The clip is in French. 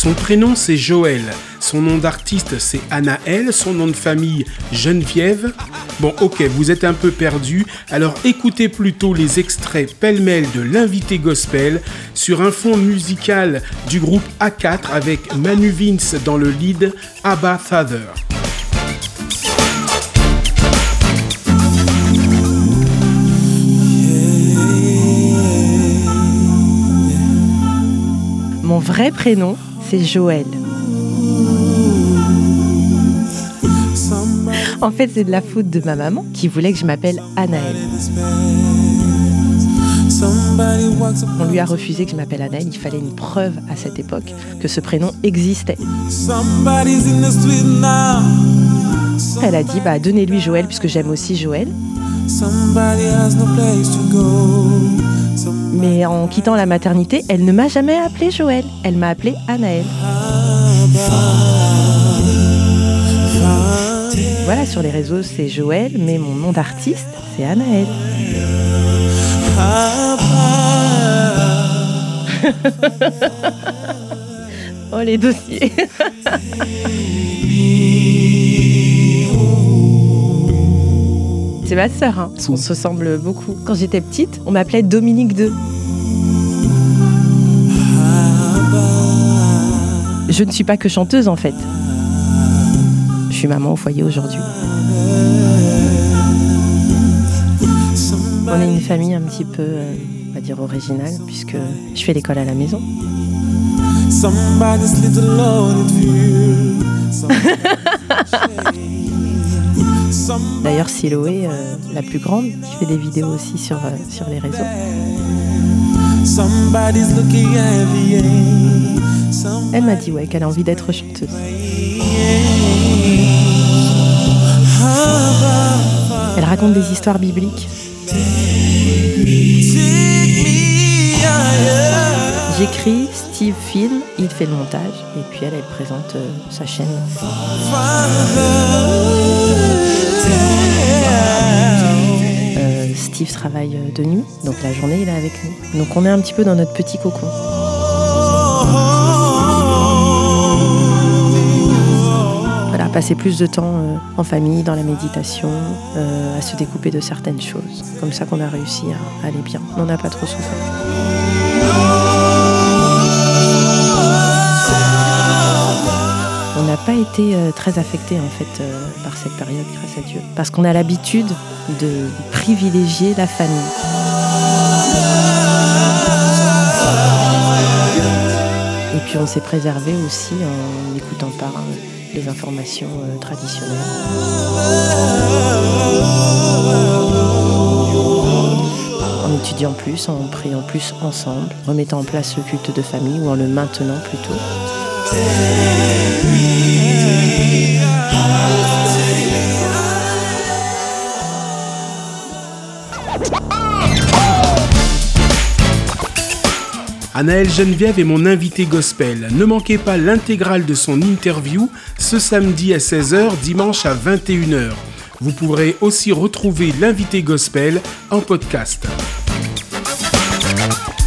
Son prénom c'est Joël, son nom d'artiste c'est Anaël, son nom de famille Geneviève. Bon ok, vous êtes un peu perdu, alors écoutez plutôt les extraits pêle-mêle de l'invité gospel sur un fond musical du groupe A4 avec Manu Vince dans le lead, Abba Father. Mon vrai prénom, c'est Joël. En fait, c'est de la faute de ma maman qui voulait que je m'appelle Anaël. On lui a refusé que je m'appelle Anaël. Il fallait une preuve à cette époque que ce prénom existait. Elle a dit, donnez-lui Joël puisque j'aime aussi Joël. Mais en quittant la maternité, elle ne m'a jamais appelée Joël. Elle m'a appelée Anaël. Voilà, sur les réseaux, c'est Joël, mais mon nom d'artiste, c'est Anaël. Oh, les dossiers. C'est ma sœur, hein. On se ressemble beaucoup. Quand j'étais petite, on m'appelait Dominique II. Je ne suis pas que chanteuse, en fait. Je suis maman au foyer aujourd'hui. On est une famille un petit peu, on va dire, originale, puisque je fais l'école à la maison. D'ailleurs, Siloé, la plus grande, qui fait des vidéos aussi sur les réseaux. Elle m'a dit qu'elle a envie d'être chanteuse. Elle raconte des histoires bibliques. J'écris, Steve filme, il fait le montage et puis elle présente sa chaîne. Steve travaille de nuit, donc la journée il est avec nous. Donc on est un petit peu dans notre petit cocon. Voilà, passer plus de temps en famille, dans la méditation, à se découper de certaines choses. Comme ça qu'on a réussi à aller bien. On n'a pas trop souffert. On n'a pas été très affectés en fait par cette période, grâce à Dieu. Parce qu'on a l'habitude de privilégier la famille. Et puis on s'est préservé aussi en n'écoutant pas les informations traditionnelles. En étudiant plus, en priant plus ensemble, en mettant en place le culte de famille ou en le maintenant plutôt. Anaël Geneviève est mon invité gospel. Ne manquez pas l'intégrale de son interview ce samedi à 16h, dimanche à 21h. Vous pourrez aussi retrouver l'invité gospel en podcast.